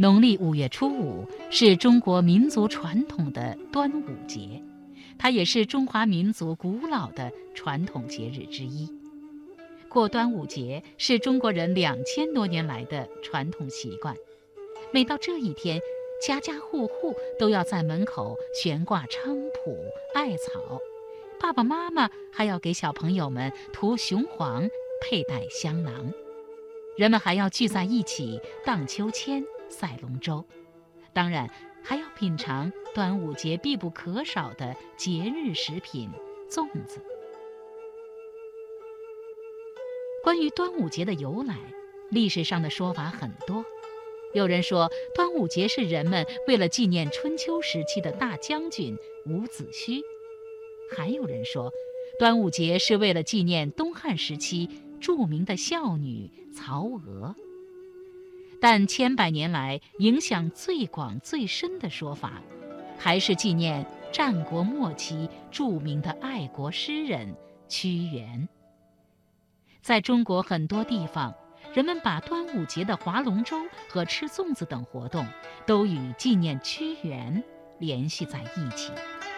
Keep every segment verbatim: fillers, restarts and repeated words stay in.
农历五月初五是中国民族传统的端午节，它也是中华民族古老的传统节日之一。过端午节是中国人两千多年来的传统习惯。每到这一天，家家户户都要在门口悬挂菖蒲、艾草，爸爸妈妈还要给小朋友们涂雄黄，佩戴香囊。人们还要聚在一起荡秋千、赛龙舟，当然还要品尝端午节必不可少的节日食品粽子。关于端午节的由来，历史上的说法很多。有人说，端午节是人们为了纪念春秋时期的大将军伍子胥；还有人说，端午节是为了纪念东汉时期著名的孝女曹娥。但千百年来影响最广最深的说法，还是纪念战国末期著名的爱国诗人屈原。在中国很多地方，人们把端午节的划龙舟和吃粽子等活动都与纪念屈原联系在一起。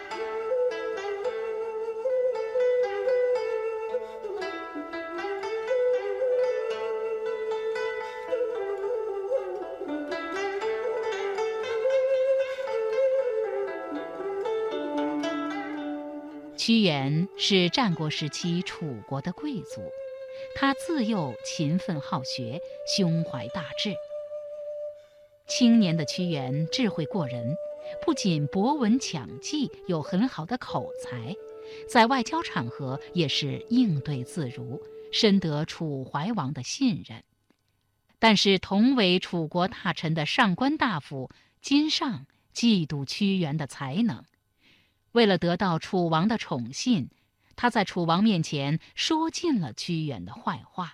屈原是战国时期楚国的贵族，他自幼勤奋好学，胸怀大志。青年的屈原智慧过人，不仅博闻强记，有很好的口才，在外交场合也是应对自如，深得楚怀王的信任。但是同为楚国大臣的上官大夫金尚嫉妒屈原的才能，为了得到楚王的宠信，他在楚王面前说尽了屈原的坏话。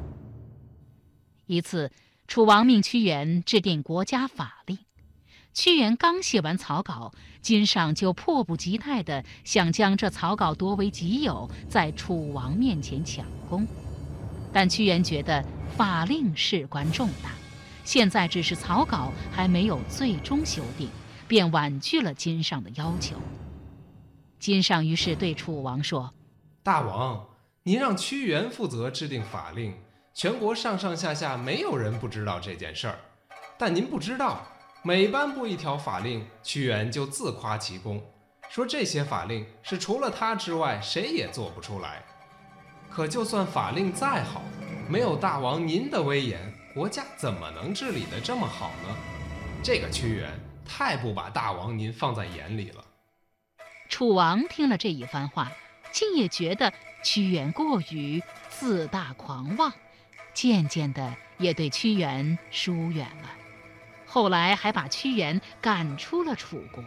一次，楚王命屈原制定国家法令，屈原刚写完草稿，金尚就迫不及待地想将这草稿夺为己有，在楚王面前抢功。但屈原觉得法令事关重大，现在只是草稿，还没有最终修订，便婉拒了金尚的要求。金尚于是对楚王说： 大王，您让屈原负责制定法令，全国上上下下没有人不知道这件事儿。但您不知道，每颁布一条法令，屈原就自夸其功，说这些法令是除了他之外谁也做不出来。可就算法令再好，没有大王您的威严，国家怎么能治理得这么好呢？这个屈原太不把大王您放在眼里了。 楚王听了这一番话，竟也觉得屈原过于自大狂妄，渐渐的也对屈原疏远了。后来还把屈原赶出了楚国。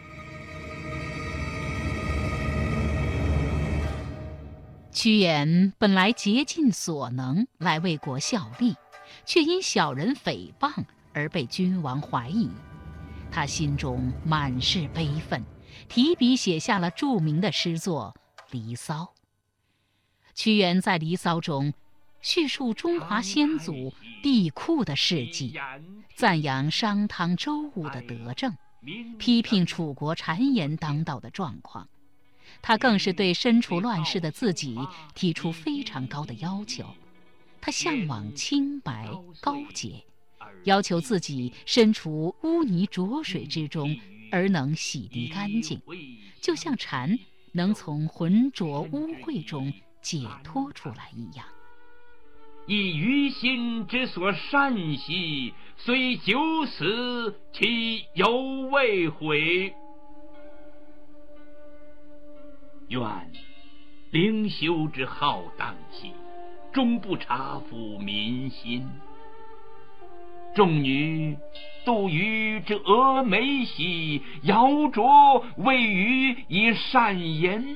屈原本来竭尽所能来为国效力，却因小人诽谤而被君王怀疑，他心中满是悲愤，提笔写下了著名的诗作《离骚》。屈原在《离骚》中叙述中华先祖帝喾的事迹，赞扬商汤周武的德政，批评楚国谗言当道的状况。他更是对身处乱世的自己提出非常高的要求，他向往清白高洁，要求自己身处污泥浊水之中而能洗涤干净，就像蝉能从浑浊污秽中解脱出来一样。 以于心之所善兮，虽九死，其犹未悔。愿灵修之浩荡兮，终不察抚民心。众女杜鱼之峨眉兮，尧琢谓鱼以善言。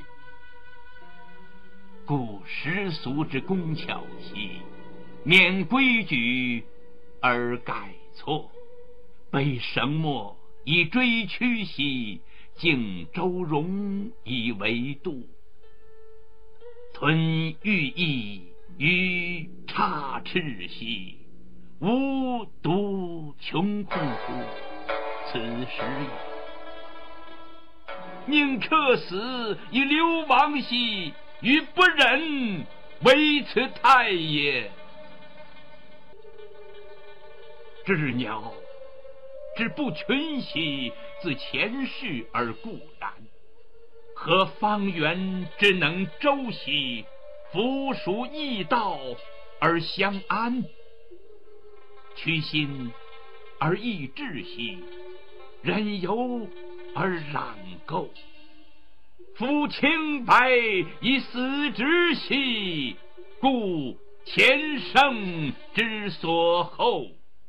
故世俗之工巧兮，免规矩而改错；被绳墨以追趋兮，敬周容以为度。吞寓意于差斥兮， 吾独穷困乎？此时也。宁可死以流亡兮，于不忍为此泰也。知鸟之不群兮，自前世而固然。何方圆之能周兮，夫属异道而相安。屈心而益志兮，忍由而攘垢。夫清白以死之兮，故前生之所厚。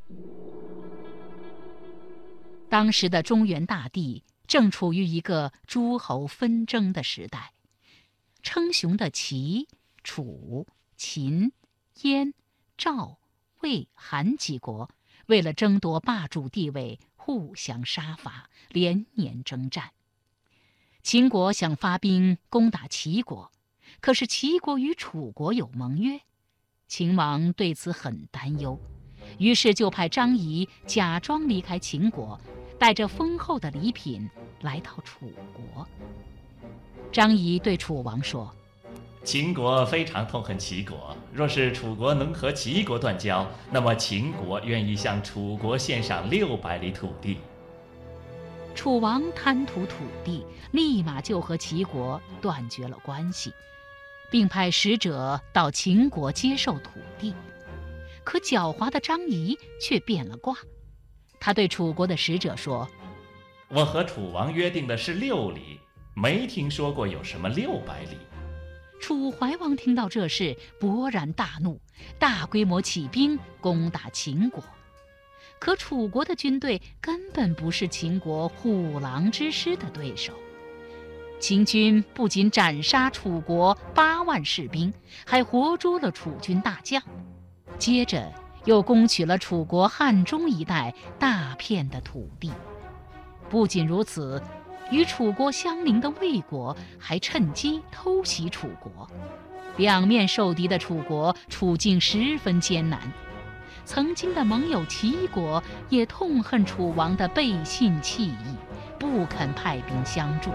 当时的中原大地正处于一个诸侯纷争的时代，称雄的齐、楚、秦、燕、赵、魏、韩几国为了争夺霸主地位，互相杀伐，连年征战。秦国想发兵攻打齐国，可是齐国与楚国有盟约，秦王对此很担忧，于是就派张仪假装离开秦国，带着丰厚的礼品来到楚国。张仪对楚王说： 秦国非常痛恨齐国，若是楚国能和齐国断交，那么秦国愿意向楚国献上六百里土地。 楚王贪图土地，立马就和齐国断绝了关系，并派使者到秦国接受土地。可狡猾的张仪却变了卦，他对楚国的使者说： 我和楚王约定的是六里，没听说过有什么六百里。 楚怀王听到这事，勃然大怒，大规模起兵攻打秦国。可楚国的军队根本不是秦国虎狼之师的对手，秦军不仅斩杀楚国八万士兵，还活捉了楚军大将，接着又攻取了楚国汉中一带大片的土地。不仅如此，与楚国相邻的魏国还趁机偷袭楚国，两面受敌的楚国处境十分艰难。曾经的盟友齐国也痛恨楚王的背信弃义，不肯派兵相助。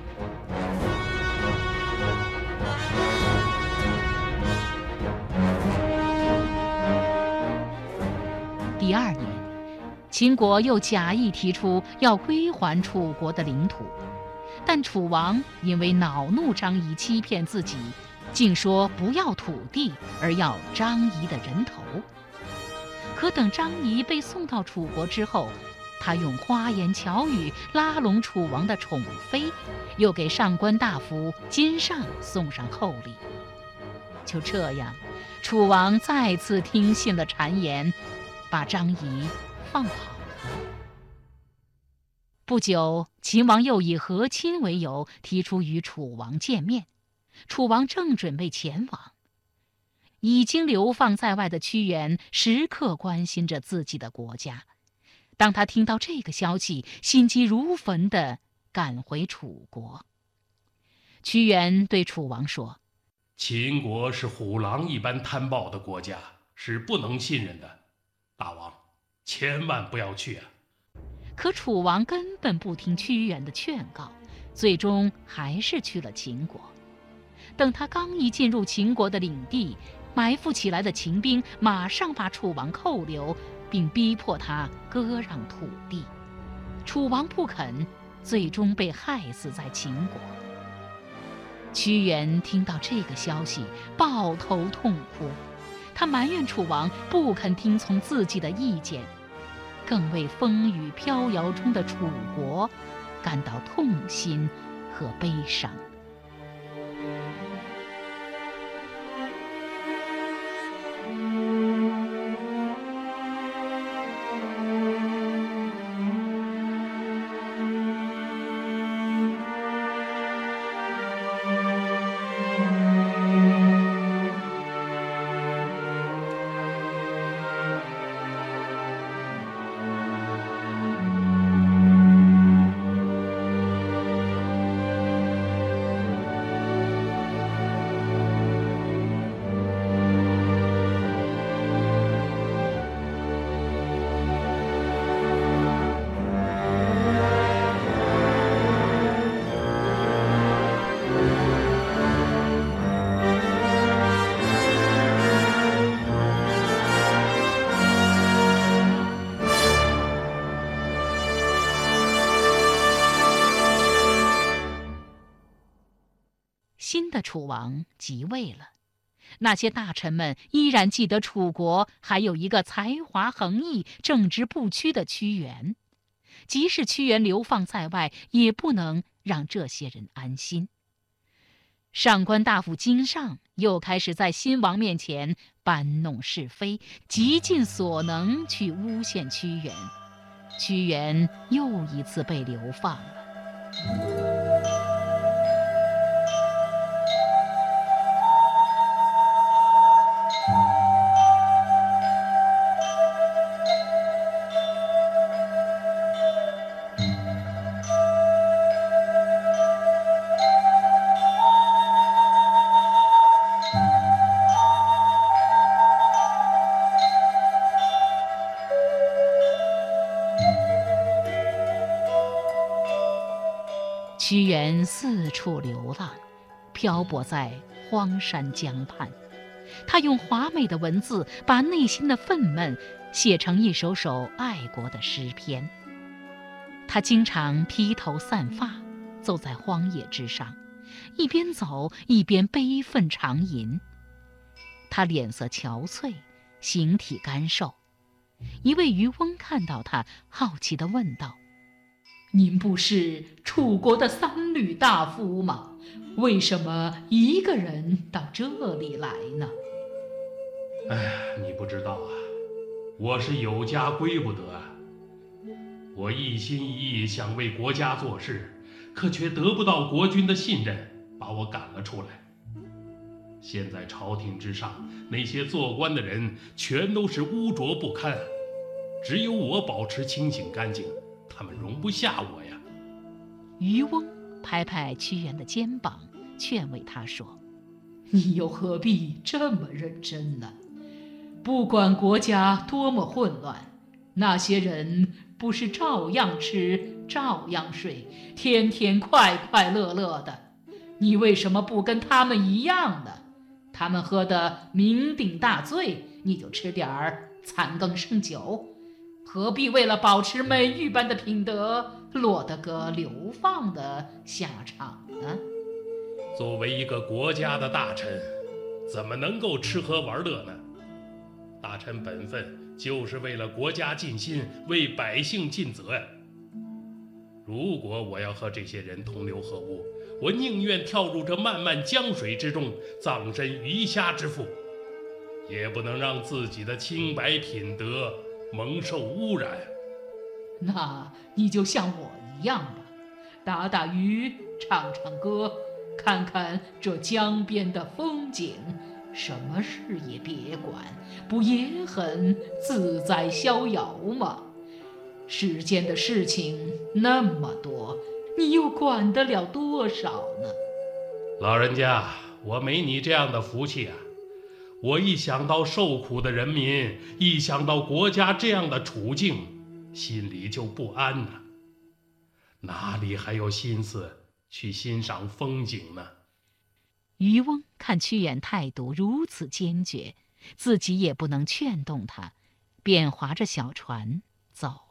第二年，秦国又假意提出要归还楚国的领土，但楚王因为恼怒张仪欺骗自己，竟说不要土地，而要张仪的人头。可等张仪被送到楚国之后，他用花言巧语拉拢楚王的宠妃，又给上官大夫金上送上厚礼。就这样，楚王再次听信了谗言，把张仪放跑了。不久，秦王又以和亲为由提出与楚王见面，楚王正准备前往。已经流放在外的屈原时刻关心着自己的国家，当他听到这个消息，心急如焚地赶回楚国。屈原对楚王说： 秦国是虎狼一般贪暴的国家，是不能信任的，大王千万不要去啊！ 可楚王根本不听屈原的劝告，最终还是去了秦国。等他刚一进入秦国的领地，埋伏起来的秦兵马上把楚王扣留，并逼迫他割让土地。楚王不肯，最终被害死在秦国。屈原听到这个消息，抱头痛哭，他埋怨楚王不肯听从自己的意见，更为风雨飘摇中的楚国感到痛心和悲伤。 新的楚王即位了。那些大臣们依然记得楚国还有一个才华横溢、正直不屈的屈原，即使屈原流放在外，也不能让这些人安心。上官大夫金尚又开始在新王面前搬弄是非，极尽所能去诬陷屈原。屈原又一次被流放了。屈原四处流浪，漂泊在荒山江畔。他用华美的文字把内心的愤懑写成一首首爱国的诗篇。他经常披头散发，走在荒野之上，一边走一边悲愤长吟。他脸色憔悴，形体干瘦。一位渔翁看到他，好奇地问道：“您不是楚国的三闾大夫吗？为什么一个人到这里来呢？” 哎，你不知道啊，我是有家归不得。我一心一意想为国家做事，可却得不到国君的信任，把我赶了出来。现在朝廷之上，那些做官的人全都是污浊不堪，只有我保持清醒干净，他们容不下我呀。 渔翁拍拍屈原的肩膀，劝慰他说：“你又何必这么认真呢？不管国家多么混乱，那些人不是照样吃，照样睡，天天快快乐乐的。你为什么不跟他们一样呢？他们喝得酩酊大醉，你就吃点儿残羹剩酒，何必为了保持美玉般的品德，落得个流放的下场呢？” 作为一个国家的大臣，怎么能够吃喝玩乐呢？大臣本分就是为了国家尽心，为百姓尽责呀。如果我要和这些人同流合污，我宁愿跳入这漫漫江水之中，葬身鱼虾之腹，也不能让自己的清白品德蒙受污染。 那你就像我一样吧，打打鱼，唱唱歌，看看这江边的风景，什么事也别管，不也很自在逍遥吗？世间的事情那么多，你又管得了多少呢？ 老人家，我没你这样的福气啊！我一想到受苦的人民，一想到国家这样的处境，心里就不安呐、啊，哪里还有心思去欣赏风景呢？ 渔翁看屈原态度如此坚决，自己也不能劝动他，便划着小船走了。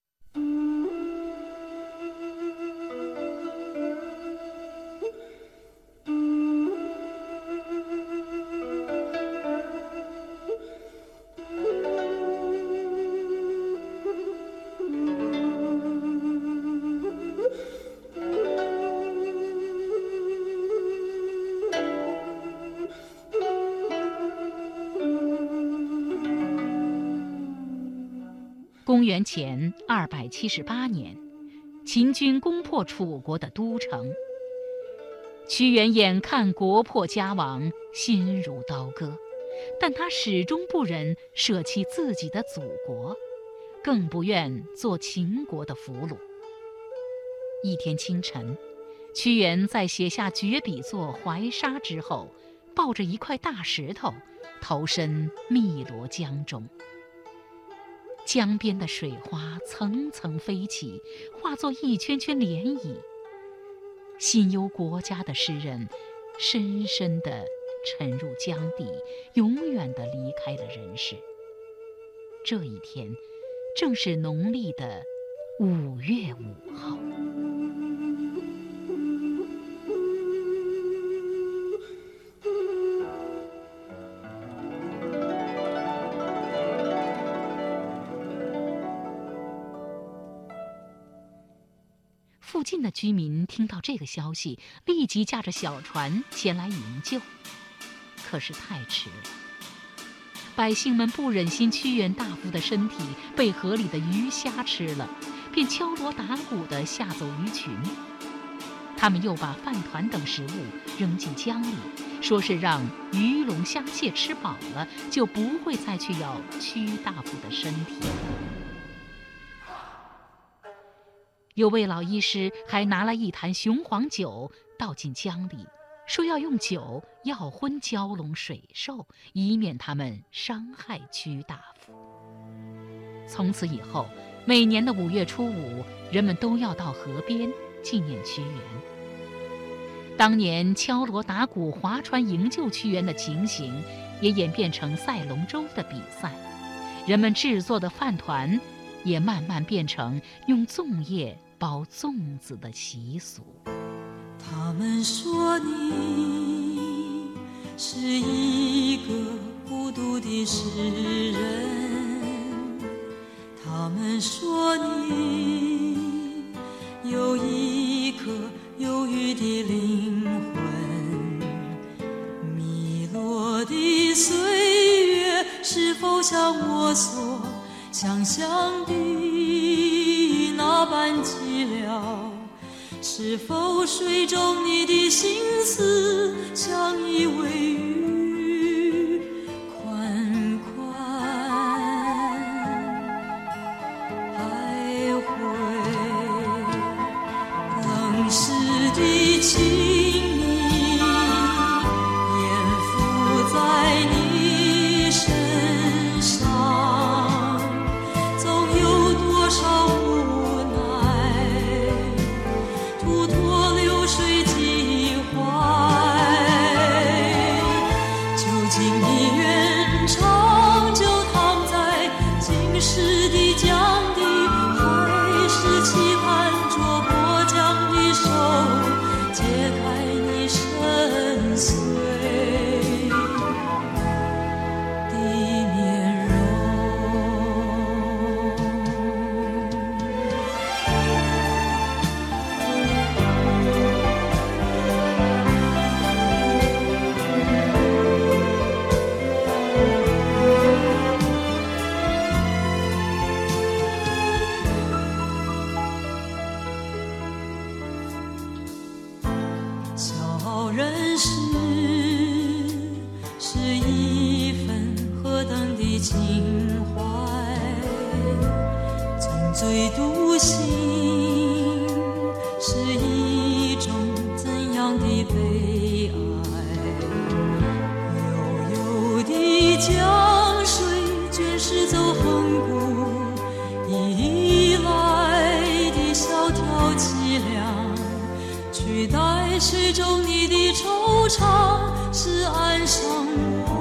公元前二百七十八年，秦军攻破楚国的都城。屈原眼看国破家亡，心如刀割，但他始终不忍舍弃自己的祖国，更不愿做秦国的俘虏。一天清晨，屈原在写下绝笔作《怀沙》之后，抱着一块大石头，投身汨罗江中。江边的水花层层飞起，化作一圈圈涟漪。心忧国家的诗人深深地沉入江底，永远地离开了人世。这一天正是农历的五月五号。 近的居民听到这个消息，立即驾着小船前来营救。可是太迟了，百姓们不忍心屈原大夫的身体被河里的鱼虾吃了，便敲锣打鼓地吓走鱼群。他们又把饭团等食物扔进江里，说是让鱼龙虾蟹吃饱了，就不会再去咬屈大夫的身体。有位老医师还拿了一坛雄黄酒倒进江里，说要用酒药昏蛟龙水兽，以免他们伤害屈大夫。从此以后，每年的五月初五，人们都要到河边纪念屈原。当年敲锣打鼓划船营救屈原的情形，也演变成赛龙舟的比赛，人们制作的饭团也慢慢变成用粽叶包粽子的习俗。 他们说你是一个孤独的诗人，他们说你有一颗忧郁的灵魂，迷落的岁月是否像我所想象的那般寂寥？是否水中你的心思像一尾鱼款款徘徊？冷湿的情意淹伏在你身上，总有多少无奈突脱流水几怀？究竟你愿长久躺在今世的江底，还是期盼着过江的手解开你深邃的面容？小人世是一份何等的情怀，纵醉独行是一种怎样的悲哀？悠悠的江水卷拾走恒古以来的萧条凄凉，取代水中你的惆怅，是岸上我